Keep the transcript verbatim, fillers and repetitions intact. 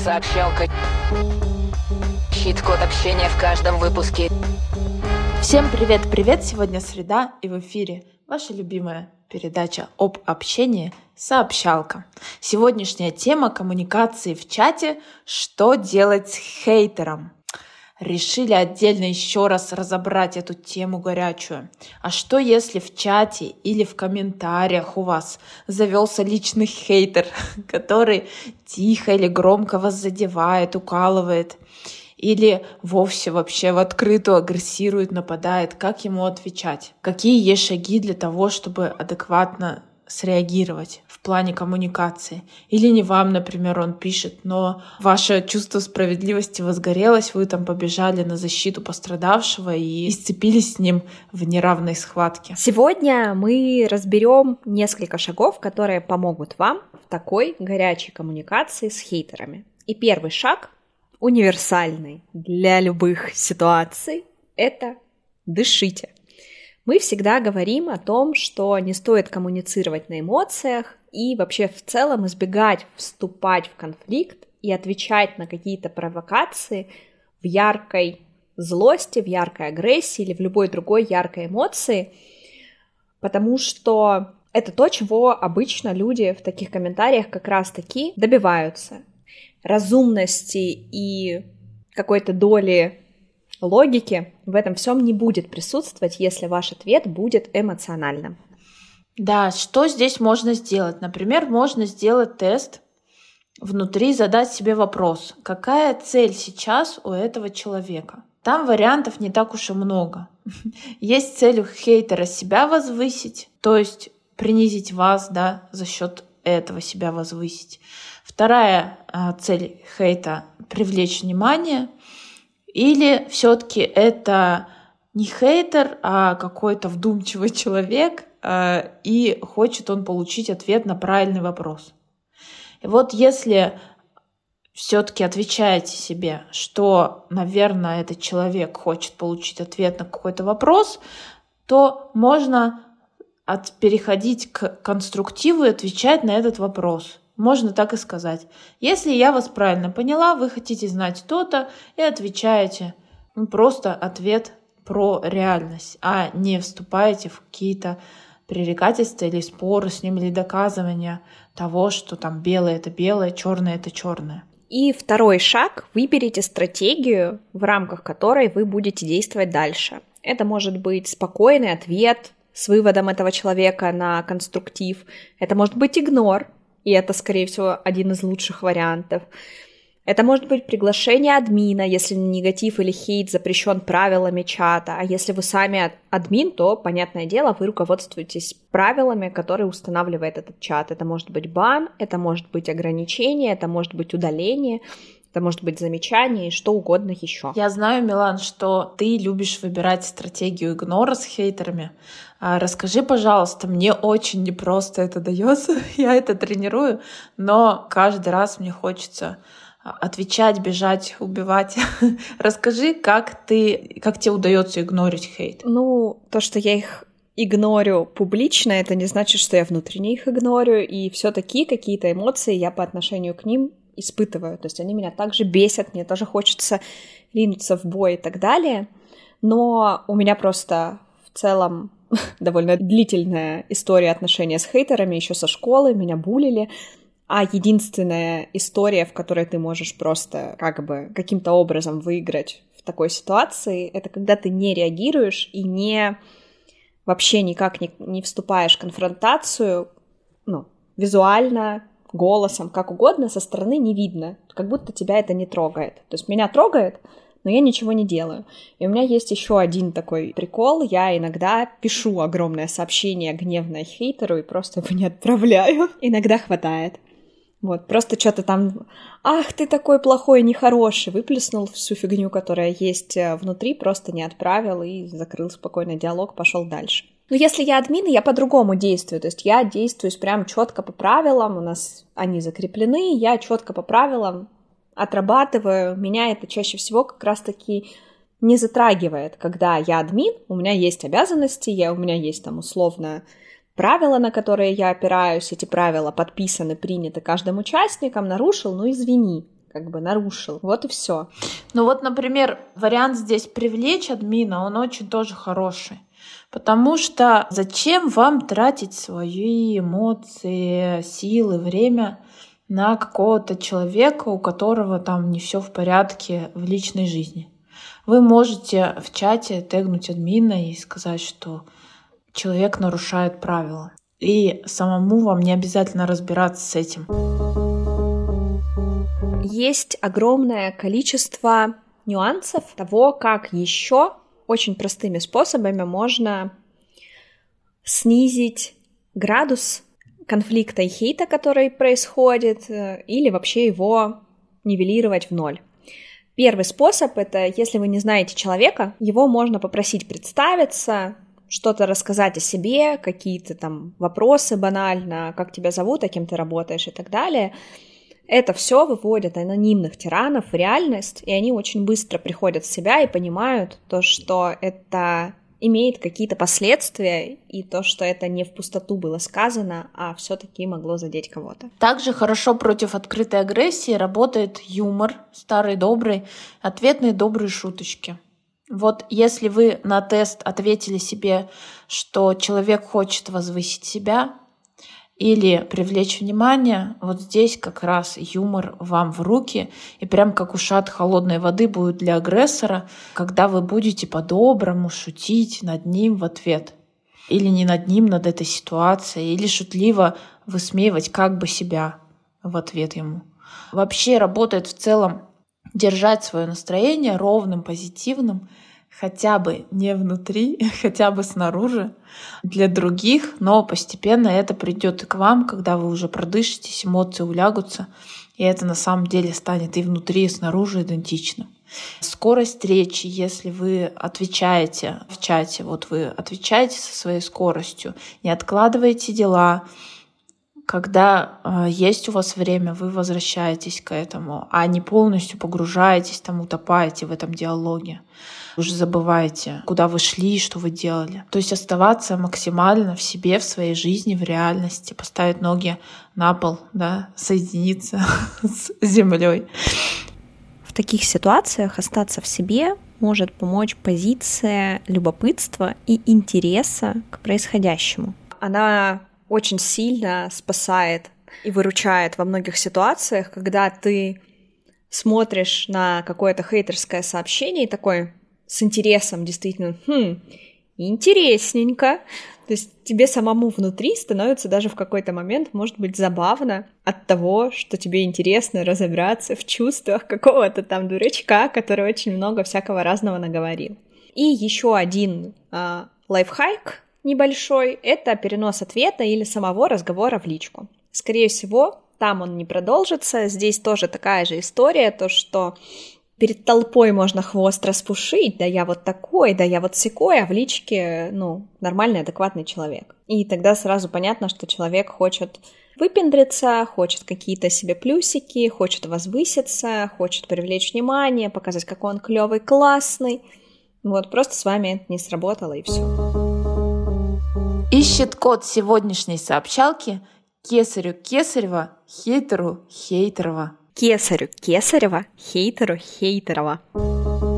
Сообщалка. Щит-код общения в каждом выпуске. Всем привет-привет! Сегодня среда, и в эфире ваша любимая передача об общении «Сообщалка». Сегодняшняя тема коммуникации в чате «Что делать с хейтером?». Решили отдельно еще раз разобрать эту тему горячую. А что если в чате или в комментариях у вас завелся личный хейтер, который тихо или громко вас задевает, укалывает, или вовсе вообще в открытую агрессирует, нападает? Как ему отвечать? Какие есть шаги для того, чтобы адекватно среагировать в плане коммуникации? Или не вам, например, он пишет, но ваше чувство справедливости возгорелось, вы там побежали на защиту пострадавшего и сцепились с ним в неравной схватке. Сегодня мы разберем несколько шагов, которые помогут вам в такой горячей коммуникации с хейтерами. И первый шаг, универсальный для любых ситуаций, это дышите. Мы всегда говорим о том, что не стоит коммуницировать на эмоциях и вообще в целом избегать вступать в конфликт и отвечать на какие-то провокации в яркой злости, в яркой агрессии или в любой другой яркой эмоции, потому что это то, чего обычно люди в таких комментариях как раз-таки добиваются. Разумности и какой-то доли логики в этом всем не будет присутствовать, если ваш ответ будет эмоциональным. Да, что здесь можно сделать? Например, можно сделать тест внутри, задать себе вопрос, какая цель сейчас у этого человека? Там вариантов не так уж и много. Есть цель у хейтера себя возвысить, то есть принизить вас, да, за счет этого себя возвысить. Вторая а, цель хейта — привлечь внимание. Или все-таки это не хейтер, а какой-то вдумчивый человек, а, и хочет он получить ответ на правильный вопрос. И вот если все-таки отвечаете себе, что, наверное, этот человек хочет получить ответ на какой-то вопрос, то можно от, переходить к конструктиву и отвечать на этот вопрос. Можно так и сказать. Если я вас правильно поняла, вы хотите знать то-то, и отвечаете. Ну, просто ответ про реальность, а не вступаете в какие-то пререкательства или споры с ним, или доказывания того, что там белое — это белое, черное — это черное. И второй шаг — выберите стратегию, в рамках которой вы будете действовать дальше. Это может быть спокойный ответ с выводом этого человека на конструктив. Это может быть игнор. И это, скорее всего, один из лучших вариантов. Это может быть приглашение админа, если негатив или хейт запрещен правилами чата. А если вы сами админ, то, понятное дело, вы руководствуетесь правилами, которые устанавливает этот чат. Это может быть бан, это может быть ограничение, это может быть удаление, это может быть замечание и что угодно еще. Я знаю, Милан, что ты любишь выбирать стратегию игнора с хейтерами. Расскажи, пожалуйста, мне очень непросто это дается, я это тренирую, но каждый раз мне хочется отвечать, бежать, убивать. Расскажи, как ты, как тебе удается игнорить хейт? Ну, то, что я их игнорю публично, это не значит, что я внутренне их игнорю, и все-таки какие-то эмоции я по отношению к ним испытываю. То есть они меня также бесят, мне тоже хочется ринуться в бой и так далее. Но у меня просто в целом довольно длительная история отношения с хейтерами еще со школы, меня булили. А единственная история, в которой ты можешь просто как бы каким-то образом выиграть в такой ситуации, это когда ты не реагируешь и не вообще никак не, не вступаешь в конфронтацию, ну, визуально, голосом, как угодно, со стороны не видно, как будто тебя это не трогает. То есть меня трогает, но я ничего не делаю. И у меня есть еще один такой прикол. Я иногда пишу огромное сообщение гневное хейтеру и просто его не отправляю. Иногда хватает. Вот, просто что-то там, ах, ты такой плохой, нехороший, выплеснул всю фигню, которая есть внутри, просто не отправил и закрыл спокойно диалог, пошел дальше. Но если я админ, я по-другому действую, то есть я действую прям четко по правилам, у нас они закреплены, я четко по правилам отрабатываю, меня это чаще всего как раз-таки не затрагивает. Когда я админ, у меня есть обязанности, я, у меня есть там условно правила, на которые я опираюсь, эти правила подписаны, приняты каждым участником, нарушил, ну извини. как бы нарушил. Вот и все. Ну вот, например, вариант здесь привлечь админа, он очень тоже хороший. Потому что зачем вам тратить свои эмоции, силы, время на какого-то человека, у которого там не все в порядке в личной жизни? Вы можете в чате тегнуть админа и сказать, что человек нарушает правила. И самому вам не обязательно разбираться с этим. Есть огромное количество нюансов того, как еще очень простыми способами можно снизить градус конфликта и хейта, который происходит, или вообще его нивелировать в ноль. Первый способ — это, если вы не знаете человека, его можно попросить представиться, что-то рассказать о себе, какие-то там вопросы банально, как тебя зовут, а кем ты работаешь и так далее. Это все выводит анонимных тиранов в реальность, и они очень быстро приходят в себя и понимают то, что это имеет какие-то последствия, и то, что это не в пустоту было сказано, а все-таки могло задеть кого-то. Также хорошо против открытой агрессии работает юмор, старый добрый, ответные добрые шуточки. Вот если вы на тест ответили себе, что человек хочет возвысить себя или привлечь внимание, вот здесь как раз юмор вам в руки, и прям как ушат холодной воды будет для агрессора, когда вы будете по-доброму шутить над ним в ответ. Или не над ним, над этой ситуацией, или шутливо высмеивать как бы себя в ответ ему. Вообще работает в целом держать свое настроение ровным, позитивным, хотя бы не внутри, хотя бы снаружи, для других, но постепенно это придет и к вам, когда вы уже продышитесь, эмоции улягутся, и это на самом деле станет и внутри, и снаружи идентично. Скорость речи, если вы отвечаете в чате, вот вы отвечаете со своей скоростью, не откладываете дела, когда э, есть у вас время, вы возвращаетесь к этому, а не полностью погружаетесь, там утопаете в этом диалоге. Уже забываете, куда вы шли, что вы делали. То есть оставаться максимально в себе, в своей жизни, в реальности, поставить ноги на пол, да, соединиться с землей. В таких ситуациях остаться в себе может помочь позиция любопытства и интереса к происходящему. Она очень сильно спасает и выручает во многих ситуациях, когда ты смотришь на какое-то хейтерское сообщение и такой с интересом действительно, хм, интересненько. То есть тебе самому внутри становится даже в какой-то момент, может быть, забавно от того, что тебе интересно разобраться в чувствах какого-то там дурачка, который очень много всякого разного наговорил. И еще один э, лайфхак небольшой — это перенос ответа или самого разговора в личку. Скорее всего, там он не продолжится. Здесь тоже такая же история, то, что перед толпой можно хвост распушить, да я вот такой, да я вот сякой, а в личке, ну, нормальный, адекватный человек. И тогда сразу понятно, что человек хочет выпендриться, хочет какие-то себе плюсики, хочет возвыситься, хочет привлечь внимание, показать, какой он клевый, классный. Вот, просто с вами это не сработало, и все. Ищет код сегодняшней сообщалки Кесарю Кесарева, хейтеру Хейтерова. Кесарю Кесарева, хейтеру Хейтерова.